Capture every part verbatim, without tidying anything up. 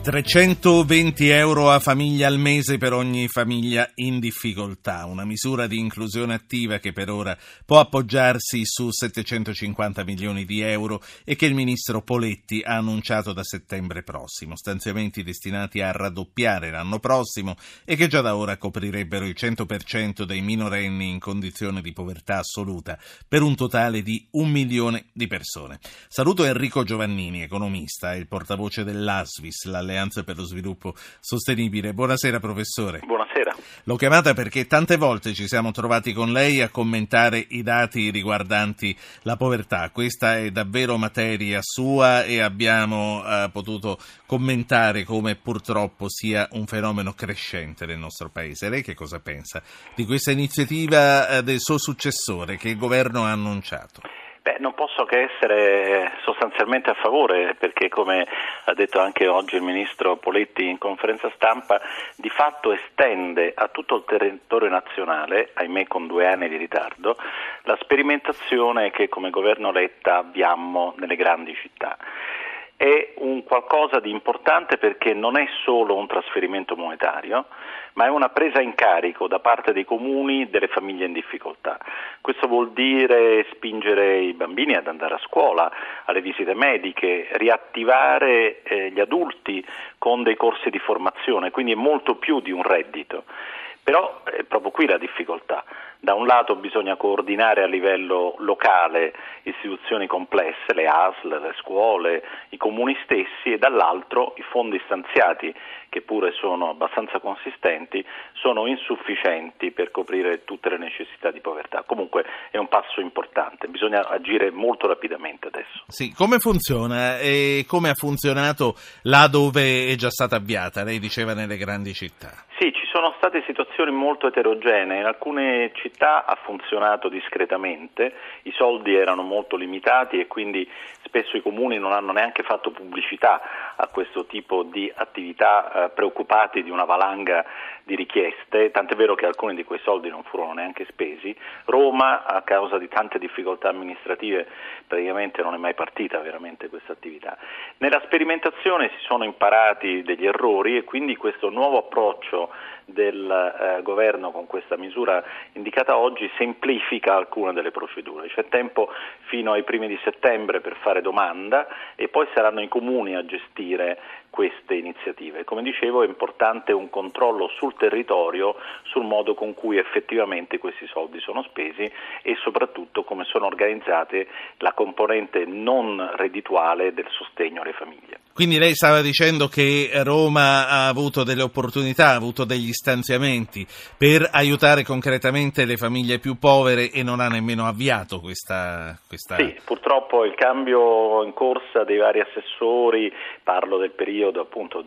trecentoventi euro a famiglia al mese per ogni famiglia in difficoltà, una misura di inclusione attiva che per ora può appoggiarsi su settecentocinquanta milioni di euro e che il ministro Poletti ha annunciato da settembre prossimo, stanziamenti destinati a raddoppiare l'anno prossimo e che già da ora coprirebbero il cento per cento dei minorenni in condizione di povertà assoluta per un totale di un milione di persone. Saluto Enrico Giovannini, economista e il portavoce dell'Asvis, l'Alleanza per lo Sviluppo Sostenibile. Buonasera professore. Buonasera. L'ho chiamata perché tante volte ci siamo trovati con lei a commentare i dati riguardanti la povertà. Questa è davvero materia sua e abbiamo eh, potuto commentare come purtroppo sia un fenomeno crescente nel nostro paese. Lei che cosa pensa di questa iniziativa eh, del suo successore che il governo ha annunciato? Beh, non posso che essere sostanzialmente a favore, perché come ha detto anche oggi il ministro Poletti in conferenza stampa, di fatto estende a tutto il territorio nazionale, ahimè con due anni di ritardo, la sperimentazione che come governo Letta abbiamo nelle grandi città. È un qualcosa di importante perché non è solo un trasferimento monetario, ma è una presa in carico da parte dei comuni delle famiglie in difficoltà. Questo vuol dire spingere i bambini ad andare a scuola, alle visite mediche, riattivare eh, gli adulti con dei corsi di formazione, quindi è molto più di un reddito. Però è proprio qui la difficoltà. Da un lato bisogna coordinare a livello locale istituzioni complesse, le A S L, le scuole, i comuni stessi, e dall'altro i fondi stanziati, che pure sono abbastanza consistenti, sono insufficienti per coprire tutte le necessità di povertà. Comunque è un passo importante, bisogna agire molto rapidamente adesso. Sì, come funziona e come ha funzionato là dove è già stata avviata? Lei diceva nelle grandi città. Sì, ci sono state situazioni molto eterogenee, in alcune città ha funzionato discretamente, i soldi erano molto limitati e quindi spesso i comuni non hanno neanche fatto pubblicità a questo tipo di attività, eh, preoccupati di una valanga di richieste, tant'è vero che alcuni di quei soldi non furono neanche spesi. Roma, a causa di tante difficoltà amministrative, praticamente non è mai partita veramente questa attività. Nella sperimentazione si sono imparati degli errori e quindi questo nuovo approccio del eh, governo con questa misura indicata oggi semplifica alcune delle procedure. C'è tempo fino ai primi di settembre per fare domanda e poi saranno i comuni a gestire queste iniziative. Come dicevo, è importante un controllo sul territorio sul modo con cui effettivamente questi soldi sono spesi e soprattutto come sono organizzate la componente non reddituale del sostegno alle famiglie. Quindi lei stava dicendo che Roma ha avuto delle opportunità, ha avuto degli stanziamenti per aiutare concretamente le famiglie più povere e non ha nemmeno avviato questa... questa... Sì, purtroppo il cambio in corsa dei vari assessori, parlo del periodo appunto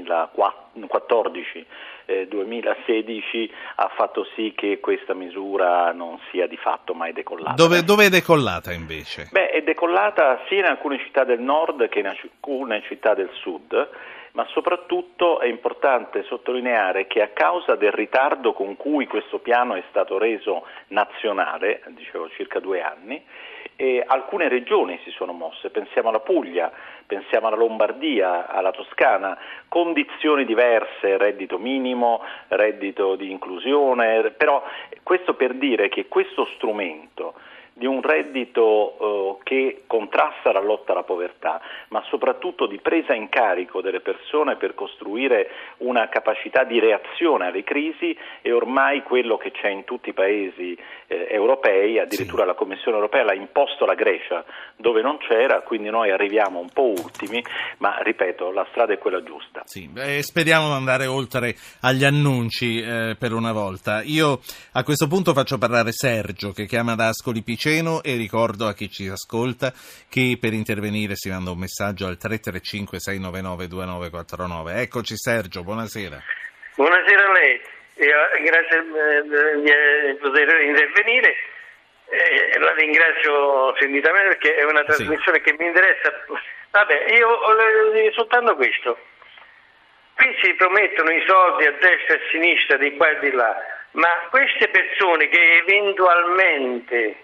duemilaquattordici duemilasedici, ha fatto sì che questa misura non sia di fatto mai decollata. Dove, dove è decollata invece? Beh, è decollata sia in alcune città del nord che in alcune città del sud, ma soprattutto è importante sottolineare che a causa del ritardo con cui questo piano è stato reso nazionale, dicevo circa due anni, e alcune regioni si sono mosse, pensiamo alla Puglia, pensiamo alla Lombardia, alla Toscana, condizioni diverse, reddito minimo, reddito di inclusione, però questo per dire che questo strumento di un reddito eh, che contrasta la lotta alla povertà, ma soprattutto di presa in carico delle persone per costruire una capacità di reazione alle crisi, è ormai quello che c'è in tutti i paesi eh, europei, addirittura sì. La Commissione europea l'ha imposto alla Grecia dove non c'era, quindi noi arriviamo un po' ultimi, ma ripeto, la strada è quella giusta. Sì, eh, speriamo di andare oltre agli annunci eh, per una volta. Io a questo punto faccio parlare Sergio che chiama da Ascoli Piceno e ricordo a chi ci ascolta che per intervenire si manda un messaggio al tre tre cinque sei nove nove due nove quattro nove. Eccoci Sergio, buonasera. Buonasera a lei, eh, grazie eh, di poter intervenire, eh, la ringrazio sentitamente perché è una trasmissione sì. che mi interessa. Vabbè, io ho soltanto questo, qui si promettono i soldi a destra e a sinistra, di qua e di là, ma queste persone che eventualmente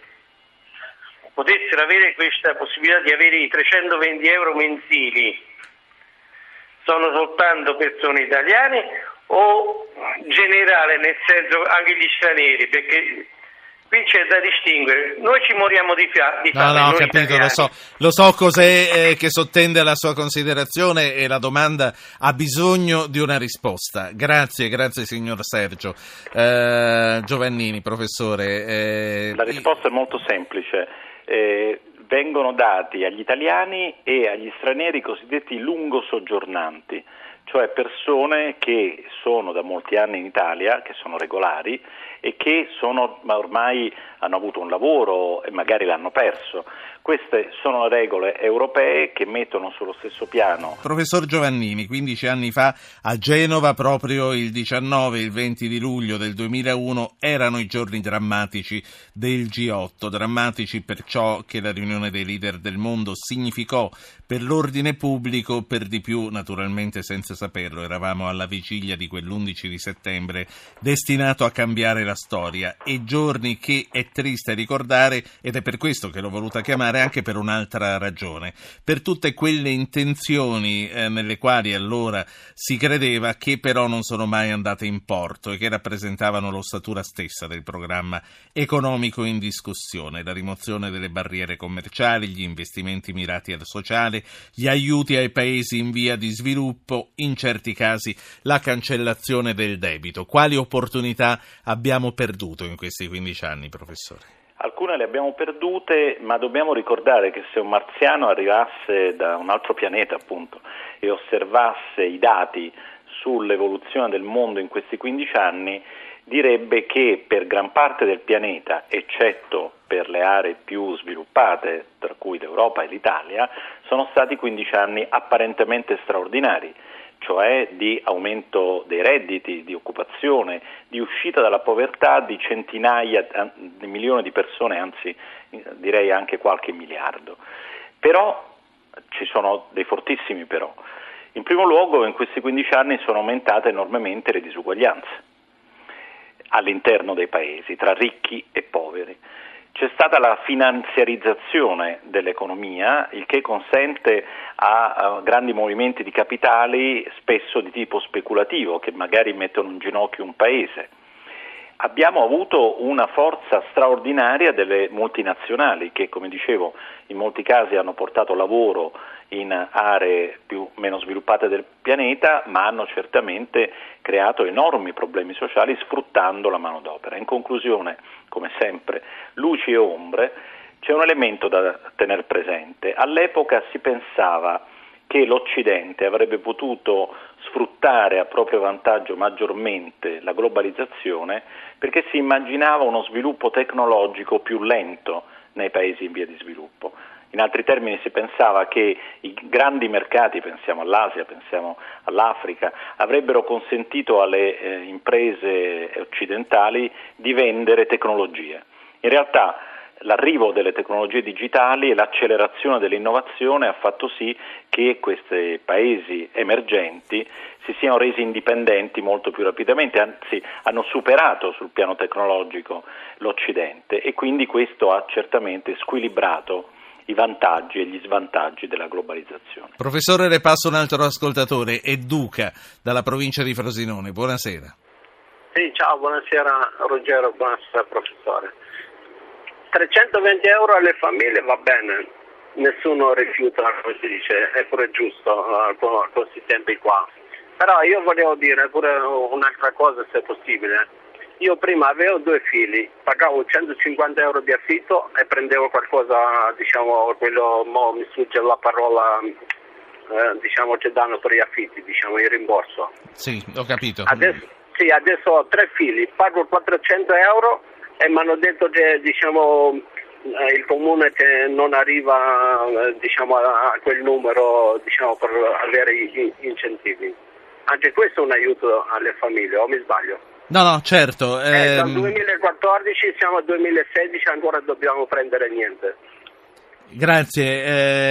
potessero avere questa possibilità di avere i trecentoventi euro mensili sono soltanto persone italiane o generale, nel senso anche gli stranieri, perché qui c'è da distinguere. Noi ci moriamo di, fia- di fame. No, no, ho noi capito, italiani. lo so, lo so cos'è eh, che sottende alla sua considerazione e la domanda ha bisogno di una risposta. Grazie, grazie signor Sergio. Eh, Giovannini, professore. Eh, la risposta è molto semplice. Eh, vengono dati agli italiani e agli stranieri cosiddetti lungo soggiornanti, cioè persone che sono da molti anni in Italia, che sono regolari e che sono, ma ormai hanno avuto un lavoro e magari l'hanno perso. Queste sono regole europee che mettono sullo stesso piano. Professor Giovannini, quindici anni fa a Genova, proprio il diciannove e il venti di luglio del duemilauno, erano i giorni drammatici del G otto, drammatici per ciò che la riunione dei leader del mondo significò per l'ordine pubblico, per di più naturalmente senza saperlo, eravamo alla vigilia di quell'undici di settembre destinato a cambiare la storia, e giorni che è triste ricordare, ed è per questo che l'ho voluta chiamare, anche per un'altra ragione, per tutte quelle intenzioni eh, nelle quali allora si credeva, che però non sono mai andate in porto e che rappresentavano l'ossatura stessa del programma economico in discussione: la rimozione delle barriere commerciali, gli investimenti mirati al sociale, gli aiuti ai paesi in via di sviluppo, in certi casi la cancellazione del debito. Quali opportunità abbiamo perduto in questi quindici anni, professore? Alcune le abbiamo perdute, ma dobbiamo ricordare che se un marziano arrivasse da un altro pianeta, appunto, e osservasse i dati sull'evoluzione del mondo in questi quindici anni, direbbe che per gran parte del pianeta, eccetto per le aree più sviluppate, tra cui l'Europa e l'Italia, sono stati quindici anni apparentemente straordinari, cioè di aumento dei redditi, di occupazione, di uscita dalla povertà di centinaia di milioni di persone, anzi direi anche qualche miliardo. Però ci sono dei fortissimi però. In primo luogo, in questi quindici anni sono aumentate enormemente le disuguaglianze all'interno dei paesi, tra ricchi e poveri. C'è stata la finanziarizzazione dell'economia, il che consente a, a grandi movimenti di capitali, spesso di tipo speculativo, che magari mettono in ginocchio un paese. Abbiamo avuto una forza straordinaria delle multinazionali che, come dicevo, in molti casi hanno portato lavoro in aree più meno sviluppate del pianeta, ma hanno certamente creato enormi problemi sociali sfruttando la manodopera. In conclusione, come sempre, luci e ombre, c'è un elemento da tenere presente. All'epoca si pensava che l'Occidente avrebbe potuto sfruttare a proprio vantaggio maggiormente la globalizzazione perché si immaginava uno sviluppo tecnologico più lento nei paesi in via di sviluppo. In altri termini si pensava che i grandi mercati, pensiamo all'Asia, pensiamo all'Africa, avrebbero consentito alle eh, imprese occidentali di vendere tecnologie. In realtà l'arrivo delle tecnologie digitali e l'accelerazione dell'innovazione ha fatto sì che questi paesi emergenti si siano resi indipendenti molto più rapidamente, anzi hanno superato sul piano tecnologico l'Occidente, e quindi questo ha certamente squilibrato i vantaggi e gli svantaggi della globalizzazione. Professore, le passo un altro ascoltatore, è Duca, dalla provincia di Frosinone. Buonasera. Sì, ciao, buonasera Ruggero, buonasera professore. trecentoventi euro alle famiglie va bene, nessuno rifiuta, come si dice, è pure giusto uh, con questi tempi qua. Però io volevo dire pure un'altra cosa, se possibile. Io prima avevo due figli, pagavo centocinquanta euro di affitto e prendevo qualcosa, diciamo, quello, mo mi sfugge la parola, eh, diciamo, che danno per gli affitti, diciamo, il rimborso. Sì, ho capito. Adesso, sì, adesso ho tre figli, pago quattrocento euro e mi hanno detto che, diciamo, eh, il comune che non arriva, eh, diciamo, a, a quel numero, diciamo, per avere gli incentivi. Anche questo è un aiuto alle famiglie, o mi sbaglio? No, no, certo. Ehm... Eh, dal duemilaquattordici siamo al duemilasedici, ancora dobbiamo prendere niente. Grazie,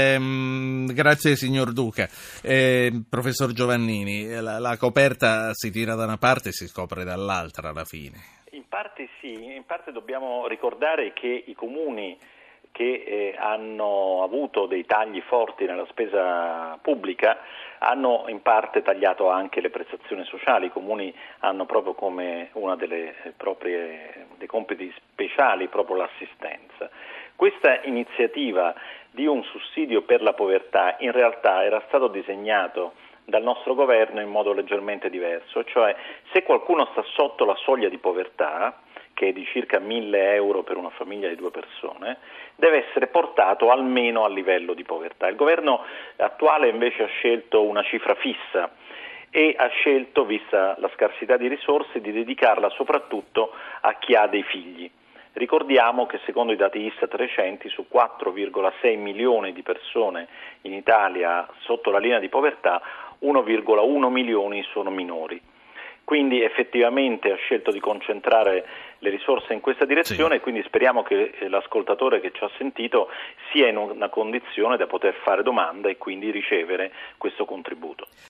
ehm, grazie signor Duca. Eh, professor Giovannini, la, la coperta si tira da una parte e si scopre dall'altra alla fine. In parte sì, in parte dobbiamo ricordare che i comuni che eh, hanno avuto dei tagli forti nella spesa pubblica hanno in parte tagliato anche le prestazioni sociali. I comuni hanno proprio come una delle proprie dei compiti speciali proprio l'assistenza. Questa iniziativa di un sussidio per la povertà in realtà era stato disegnato dal nostro governo in modo leggermente diverso, cioè se qualcuno sta sotto la soglia di povertà, che è di circa mille euro per una famiglia di due persone, deve essere portato almeno a livello di povertà. Il governo attuale invece ha scelto una cifra fissa e ha scelto, vista la scarsità di risorse, di dedicarla soprattutto a chi ha dei figli. Ricordiamo che secondo i dati Istat recenti su quattro virgola sei milioni di persone in Italia sotto la linea di povertà, uno virgola uno milioni sono minori. Quindi effettivamente ha scelto di concentrare le risorse in questa direzione, sì. E quindi speriamo che l'ascoltatore che ci ha sentito sia in una condizione da poter fare domanda e quindi ricevere questo contributo.